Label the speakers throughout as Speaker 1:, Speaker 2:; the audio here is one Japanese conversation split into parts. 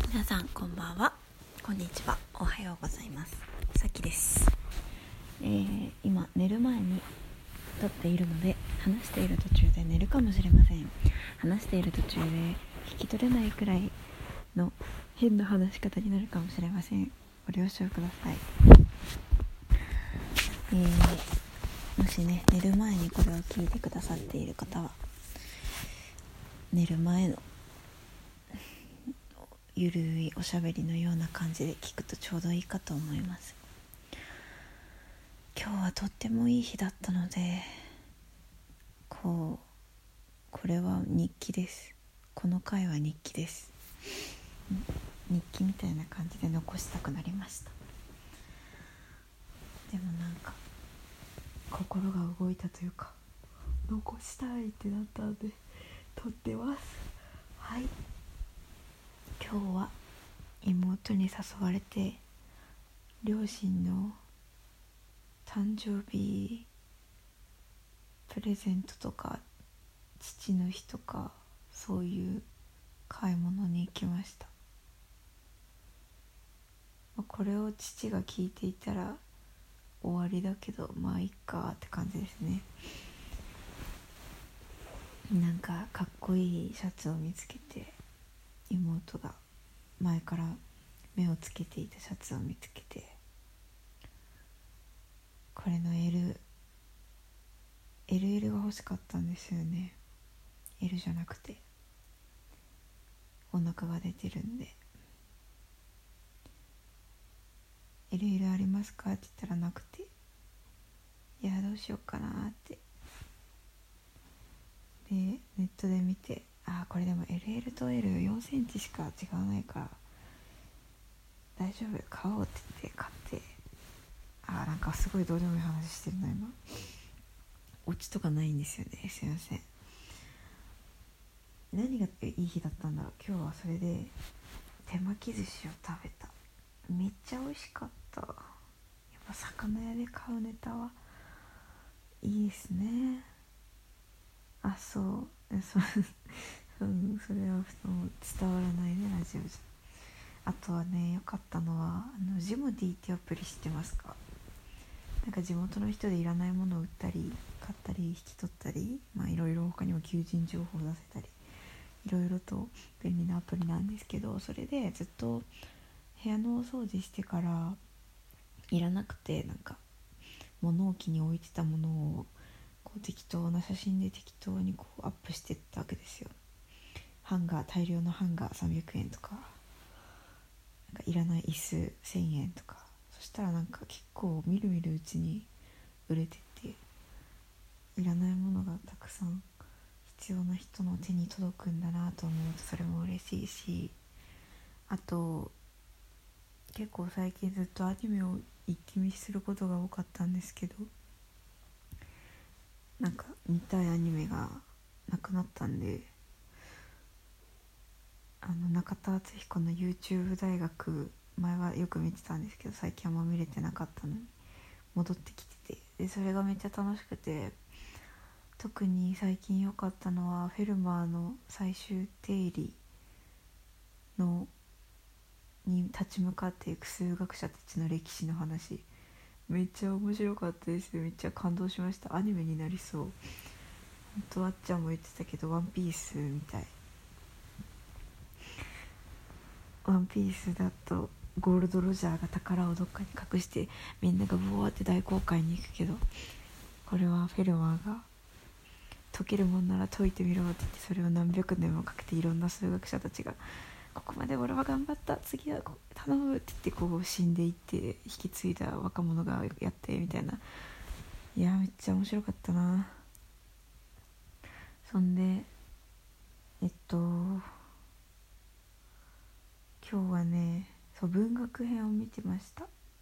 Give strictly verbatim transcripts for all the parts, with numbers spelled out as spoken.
Speaker 1: 皆さんこんばんは、こんにちは、おはようございます。さきです。えー、今寝る前に撮っているので、話している途中で寝るかもしれません。話している途中で聞き取れないくらいの変な話し方になるかもしれません。ご了承ください。えー、もしね寝る前にこれを聞いてくださっている方は、寝る前のゆるいおしゃべりのような感じで聞くとちょうどいいかと思います。今日はとってもいい日だったので、こうこれは日記です。この回は日記です。日記みたいな感じで残したくなりました。でもなんか心が動いたというか、残したいってなったので撮ってます。はい、今日は妹に誘われて両親の誕生日プレゼントとか父の日とかそういう買い物に行きました。これを父が聞いていたら終わりだけど、まあいっかって感じですね。なんかかっこいいシャツを見つけて、妹が前から目をつけていたシャツを見つけて、これの Lエルエル が欲しかったんですよね。 L じゃなくてお腹が出てるんで、 エルエル ありますかって言ったらなくて、いやどうしようかなって。でネットで見て、あこれでも エルエル と エルよん センチしか違わないから大丈夫買おうって言って買って、あなんかすごいどうでもいい話してるな今。オチとかないんですよね、すいません。何がいい日だったんだろう。今日はそれで手巻き寿司を食べた。めっちゃ美味しかった。やっぱ魚屋で買うネタはいいですね。あそうそ, うん、それは伝わらないねラジオじゃ。あとはね、良かったのはあのジモティーってアプリ知ってますか？なんか地元の人でいらないものを売ったり買ったり引き取ったり、まあいろいろ他にも求人情報を出せたり、いろいろと便利なアプリなんですけど、それでずっと部屋のお掃除してからいらなくて、なんか物置に置いてたものをこう適当な写真で適当にこうアップしていったわけですよ。ハンガー、大量のハンガーさんびゃくえんとか、なんかいらない椅子せんえんとか。そしたらなんか結構みるみるうちに売れてて、いらないものがたくさん必要な人の手に届くんだなと思うと、それも嬉しいし、あと結構最近ずっとアニメを一気見することが多かったんですけど、なんか見たいアニメがなくなったんで、あの中田敦彦の YouTube 大学、前はよく見てたんですけど最近あんま見れてなかったのに戻ってきてて、でそれがめっちゃ楽しくて、特に最近良かったのはフェルマーの最終定理のに立ち向かっていく数学者たちの歴史の話、めっちゃ面白かったです。めっちゃ感動しました。アニメになりそう。本当あっちゃんも言ってたけどワンピースみたい。ワンピースだとゴールドロジャーが宝をどっかに隠してみんながブワーって大航海に行くけど、これはフェルマーが解けるもんなら解いてみろって言って、それを何百年もかけていろんな数学者たちがここまで俺は頑張った、次は頼むって言ってこう死んでいって引き継いだ若者がやってみたいな。いやめっちゃ面白かったな。そんでえっと今日はね、そう文学編を見てました。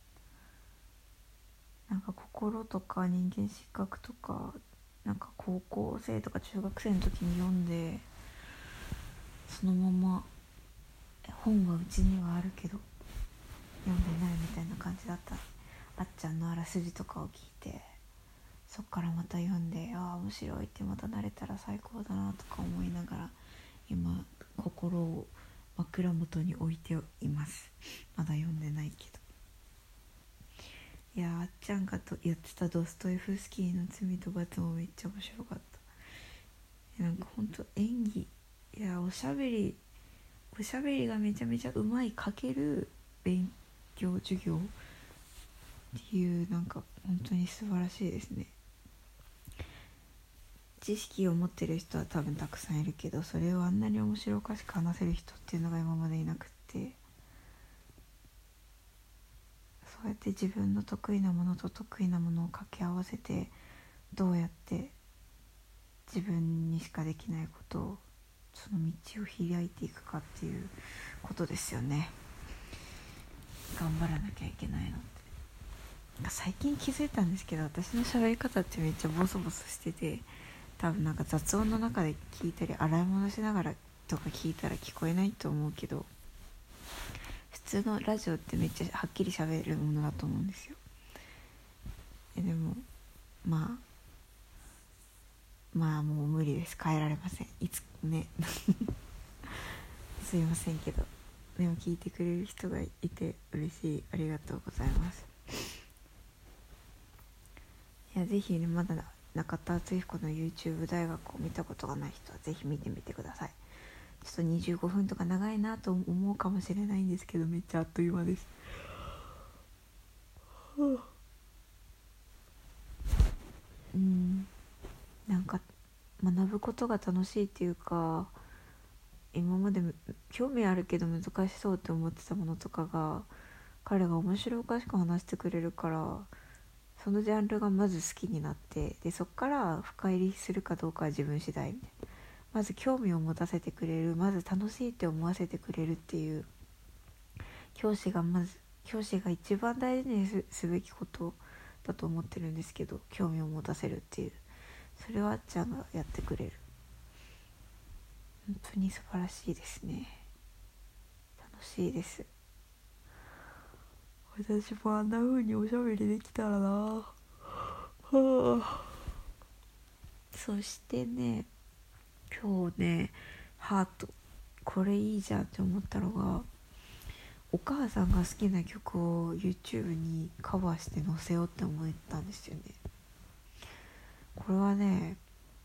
Speaker 1: なんか心とか人間失格とか、なんか高校生とか中学生の時に読んで、そのまま本はうちにはあるけど読んでないみたいな感じだった。あっちゃんのあらすじとかを聞いて、そっからまた読んで、ああ面白いってまた慣れたら最高だなとか思いながら今心を枕元に置いています。まだ読んでないけど。いやあっちゃんがとやってたドストエフスキーの罪と罰もめっちゃ面白かった。なんかほんと演技、いやおしゃべりおしゃべりがめちゃめちゃうまいかける勉強授業っていう、なんか本当に素晴らしいですね。知識を持ってる人は多分たくさんいるけど、それをあんなに面白おかしく話せる人っていうのが今までいなくって、そうやって自分の得意なものと得意なものを掛け合わせて、どうやって自分にしかできないことを、その道を開いていくかっていうことですよね。頑張らなきゃいけないのって。最近気づいたんですけど、私の喋り方ってめっちゃボソボソしてて、多分なんか雑音の中で聞いたり洗い物しながらとか聞いたら聞こえないと思うけど、普通のラジオってめっちゃはっきり喋るものだと思うんですよ。えでもまあまあもう無理です、変えられません、いつねすいませんけど、でも聞いてくれる人がいて嬉しい、ありがとうございます。いやぜひね、まだ中田敦彦の YouTube 大学を見たことがない人はぜひ見てみてください。ちょっとにじゅうごふんとか長いなと思うかもしれないんですけど、めっちゃあっという間です。うんなんか学ぶことが楽しいっていうか、今まで興味あるけど難しそうって思ってたものとかが彼が面白おかしく話してくれるから、そのジャンルがまず好きになって、でそっから深入りするかどうかは自分次第みたいな。まず興味を持たせてくれる、まず楽しいって思わせてくれるっていう、教師がまず教師が一番大事に す, すべきことだと思ってるんですけど、興味を持たせるっていう、それはあっちゃんがやってくれる。本当に素晴らしいですね。楽しいです。私もあんな風におしゃべりできたらな。はあ、そしてね、今日ねハートこれいいじゃんって思ったのが、お母さんが好きな曲を YouTube にカバーして載せようって思ったんですよね。これはね、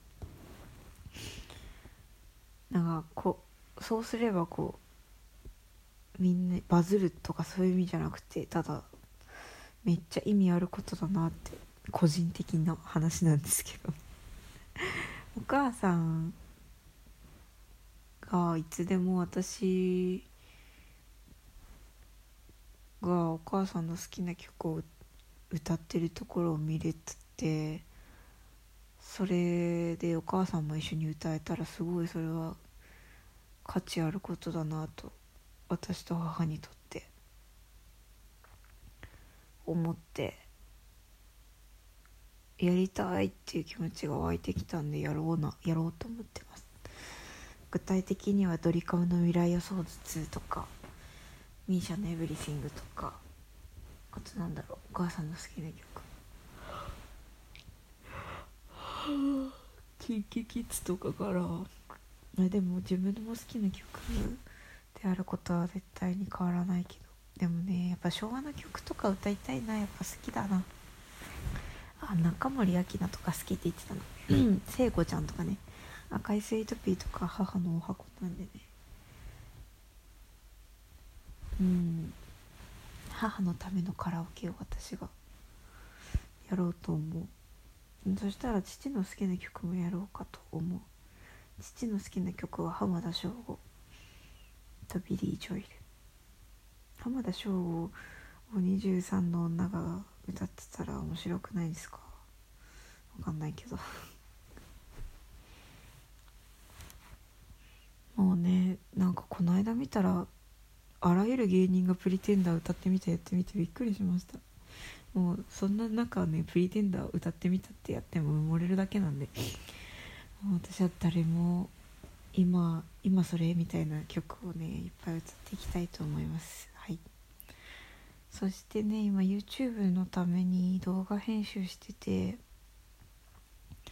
Speaker 1: なんかこうそうすればこうみんなバズるとかそういう意味じゃなくて、ただめっちゃ意味あることだなって、個人的な話なんですけどお母さんがいつでも私がお母さんの好きな曲を歌ってるところを見れて、それでお母さんも一緒に歌えたらすごいそれは価値あることだなと、私と母にとって思って、やりたいっていう気持ちが湧いてきたんで、やろうなやろうと思ってます。具体的にはドリカムの未来予想図とか、ミーシャのエブリシングとか、あとなんだろう、お母さんの好きな曲、キンキキッズとかから。でも自分も好きな曲であることは絶対に変わらないけど、でもねやっぱ昭和の曲とか歌いたいな、やっぱ好きだな。あ、中森明菜とか好きって言ってたの聖子ちゃんとかね、赤いスイートピーとか母のお箱なんでね、うん母のためのカラオケを私がやろうと思う。そしたら父の好きな曲もやろうかと思う。父の好きな曲は浜田省吾とビリー・ジョエル。浜田省吾をにじゅうさんの女が歌ってたら面白くないですか？わかんないけどもうね、なんかこの間見たらあらゆる芸人がプリテンダー歌ってみたやってみてびっくりしました。もうそんな中ね、プリテンダー歌ってみたってやっても埋もれるだけなんで、もう私は誰も今今それみたいな曲をねいっぱい歌っていきたいと思います。はい。そしてね、今 YouTube のために動画編集してて、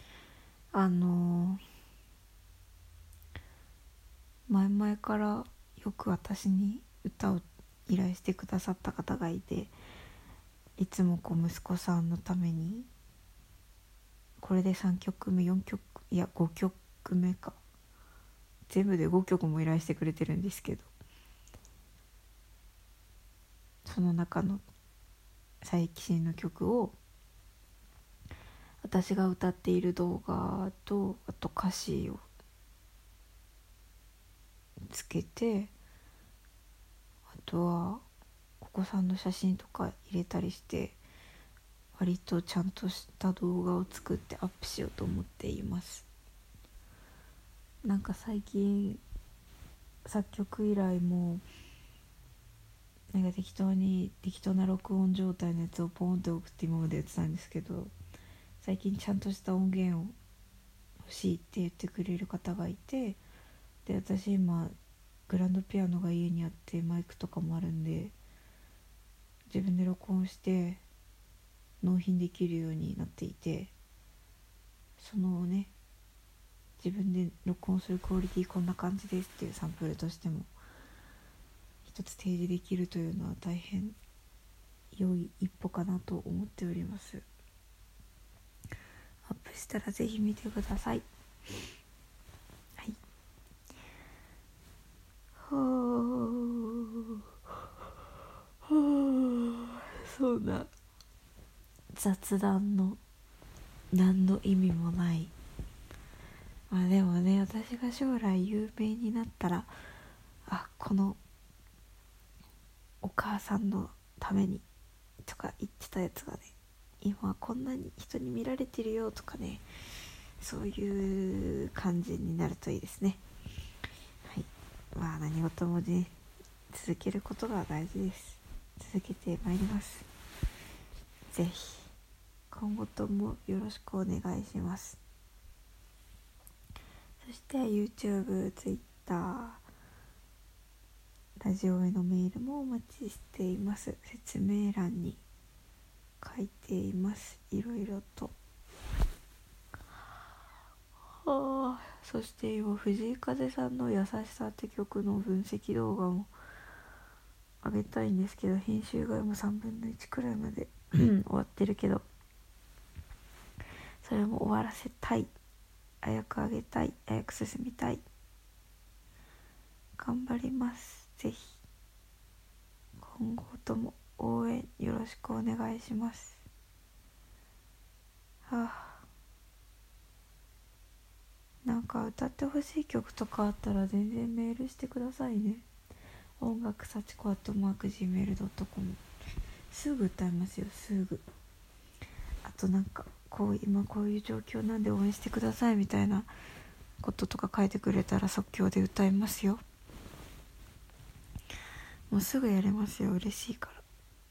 Speaker 1: あの前々からよく私に歌を依頼してくださった方がいて、いつもこう息子さんのためにこれでさんきょくめよんきょくいやごきょくめか全部でごきょくも依頼してくれてるんですけど、その中の佐伯真の曲を私が歌っている動画とあと歌詞をつけて、あとはお子さんの写真とか入れたりして、割とちゃんとした動画を作ってアップしようと思っています。なんか最近作曲依頼もなんか適当に適当な録音状態のやつをポンって送って今までやってたんですけど、最近ちゃんとした音源を欲しいって言ってくれる方がいて、で私今グランドピアノが家にあってマイクとかもあるんで、自分で録音して納品できるようになっていて、そのね自分で録音するクオリティこんな感じですっていうサンプルとしても一つ提示できるというのは大変良い一歩かなと思っております。アップしたらぜひ見てください。はい。はあ、はあ、そうな雑談の何の意味もない、まあでもね、私が将来有名になったら、あ、このお母さんのためにとか言ってたやつがね、今こんなに人に見られてるよとかね、そういう感じになるといいですね。はい。まあ何事もね、続けることが大事です。続けてまいります。ぜひ今後ともよろしくお願いします。そして YouTube、Twitter、ラジオへのメールもお待ちしています。説明欄に書いています。いろいろと。はあ、そして今藤井風さんの優しさって曲の分析動画も上げたいんですけど、編集がもうさんぶんのいちくらいまで終わってるけど、それも終わらせたい、早く上げたい、早く進みたい、頑張ります。ぜひ今後とも応援よろしくお願いします。はあ、なんか歌ってほしい曲とかあったら全然メールしてくださいね。音楽幸子アットマーク ジーメールドットコム、 すぐ歌いますよ、すぐ。あとなんかこう今こういう状況なんで応援してくださいみたいなこととか書いてくれたら即興で歌いますよ。もうすぐやれますよ、嬉しいから。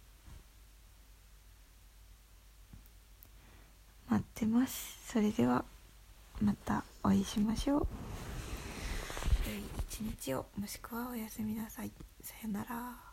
Speaker 1: 待ってます。それではまたお会いしましょう。良い一日を、もしくはおやすみなさい。さよなら。